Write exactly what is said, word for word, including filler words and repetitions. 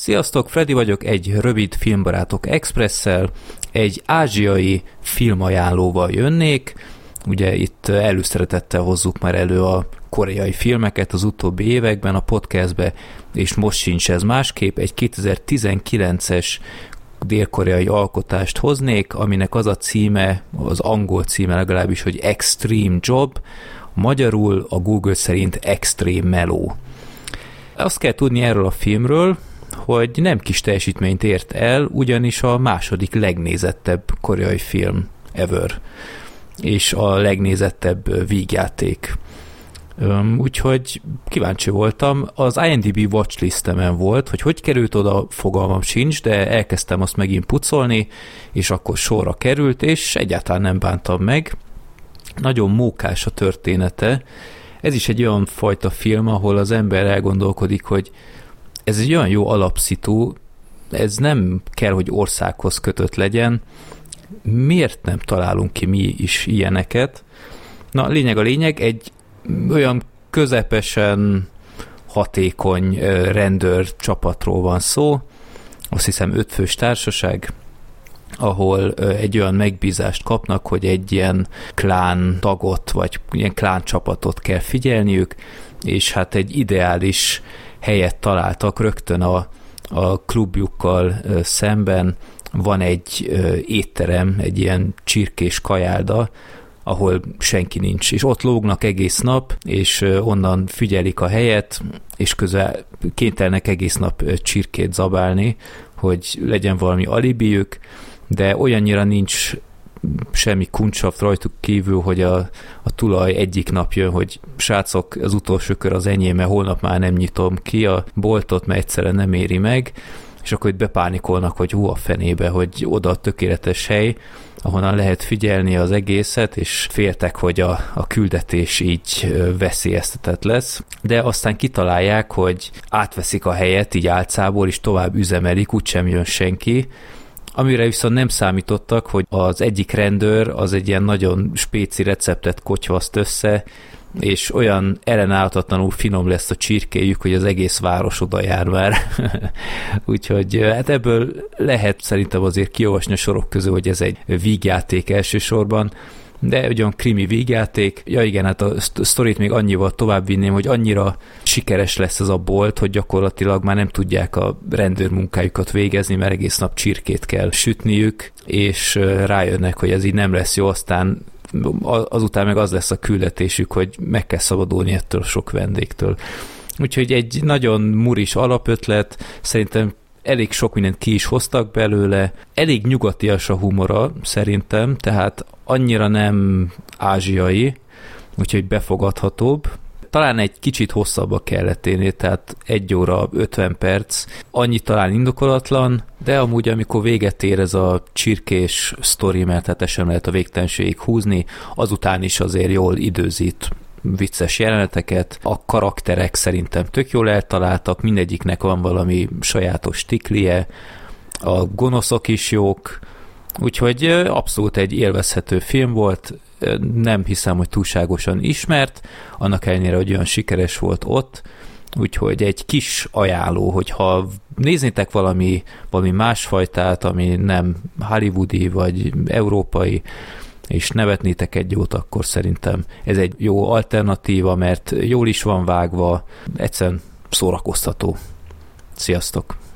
Sziasztok, Freddy vagyok, egy rövid Filmbarátok Expresszel, egy ázsiai filmajánlóval jönnék. Ugye itt előszeretettel hozzuk már elő a koreai filmeket az utóbbi években a podcastbe, és most sincs ez másképp. Egy kétezer-tizenkilences dél-koreai alkotást hoznék, aminek az a címe, az angol címe legalábbis, hogy Extreme Job, magyarul a Google szerint Extreme Meló. Azt kell tudni erről a filmről, hogy nem kis teljesítményt ért el, ugyanis a második legnézettebb koreai film ever, és a legnézettebb vígjáték. Úgyhogy kíváncsi voltam, az IMDb watchlistemen volt, hogy hogy került oda, fogalmam sincs, de elkezdtem azt megint pucolni, és akkor sorra került, és egyáltalán nem bántam meg. Nagyon mókás a története. Ez is egy olyan fajta film, ahol az ember elgondolkodik, hogy ez egy olyan jó alapszitu, ez nem kell, hogy országhoz kötött legyen. Miért nem találunk ki mi is ilyeneket? Na, lényeg a lényeg, egy olyan közepesen hatékony rendőr csapatról van szó, azt hiszem ötfős társaság, ahol egy olyan megbízást kapnak, hogy egy ilyen klán tagot, vagy ilyen klán csapatot kell figyelniük, és hát egy ideális helyet találtak rögtön a, a klubjukkal szemben. Van egy étterem, egy ilyen csirkés kajálda, ahol senki nincs, és ott lógnak egész nap, és onnan figyelik a helyet, és közben kénytelenek egész nap csirkét zabálni, hogy legyen valami alibiük, de olyannyira nincs semmi kuncsafт rajtuk kívül, hogy a, a tulaj egyik nap jön, hogy srácok, az utolsó kör az enyém, mert holnap már nem nyitom ki a boltot, mert egyszerűen nem éri meg, és akkor itt bepánikolnak, hogy hú a fenébe, hogy oda a tökéletes hely, ahonnan lehet figyelni az egészet, és féltek, hogy a, a küldetés így veszélyeztetett lesz. De aztán kitalálják, hogy átveszik a helyet így álcából, és tovább üzemelik, úgysem jön senki, amire viszont nem számítottak, hogy az egyik rendőr az egy ilyen nagyon spéci receptet kotyvaszt össze, és olyan ellenállhatatlanul finom lesz a csirkéjük, hogy az egész város oda jár már. Úgyhogy hát ebből lehet szerintem azért kiolvasni a sorok közül, hogy ez egy vígjáték elsősorban, de egy olyan krimi vígjáték. Ja igen, hát a sztorit még annyival tovább vinném, hogy annyira sikeres lesz ez a bolt, hogy gyakorlatilag már nem tudják a rendőrmunkájukat végezni, mert egész nap csirkét kell sütniük, és rájönnek, hogy ez így nem lesz jó, aztán azután meg az lesz a küldetésük, hogy meg kell szabadulni ettől a sok vendégtől. Úgyhogy egy nagyon muris alapötlet, szerintem elég sok mindent ki is hoztak belőle, elég nyugatias a humora szerintem, tehát annyira nem ázsiai, úgyhogy befogadhatóbb. Talán egy kicsit hosszabbba kellett érni, tehát egy óra ötven perc, annyi talán indokolatlan, de amúgy amikor véget ér ez a csirkés sztori, mert hát sem lehet a végtelenségig húzni, azután is azért jól időzít vicces jeleneteket. A karakterek szerintem tök jól eltaláltak, mindegyiknek van valami sajátos tiklie, a gonoszok is jók, úgyhogy abszolút egy élvezhető film volt. Nem hiszem, hogy túlságosan ismert, annak ellenére, hogy olyan sikeres volt ott, úgyhogy egy kis ajánló, hogyha néznétek valami, valami másfajtát, ami nem hollywoodi vagy európai, és nevetnétek egy jót, akkor szerintem ez egy jó alternatíva, mert jól is van vágva, egyszerűen szórakoztató. Sziasztok!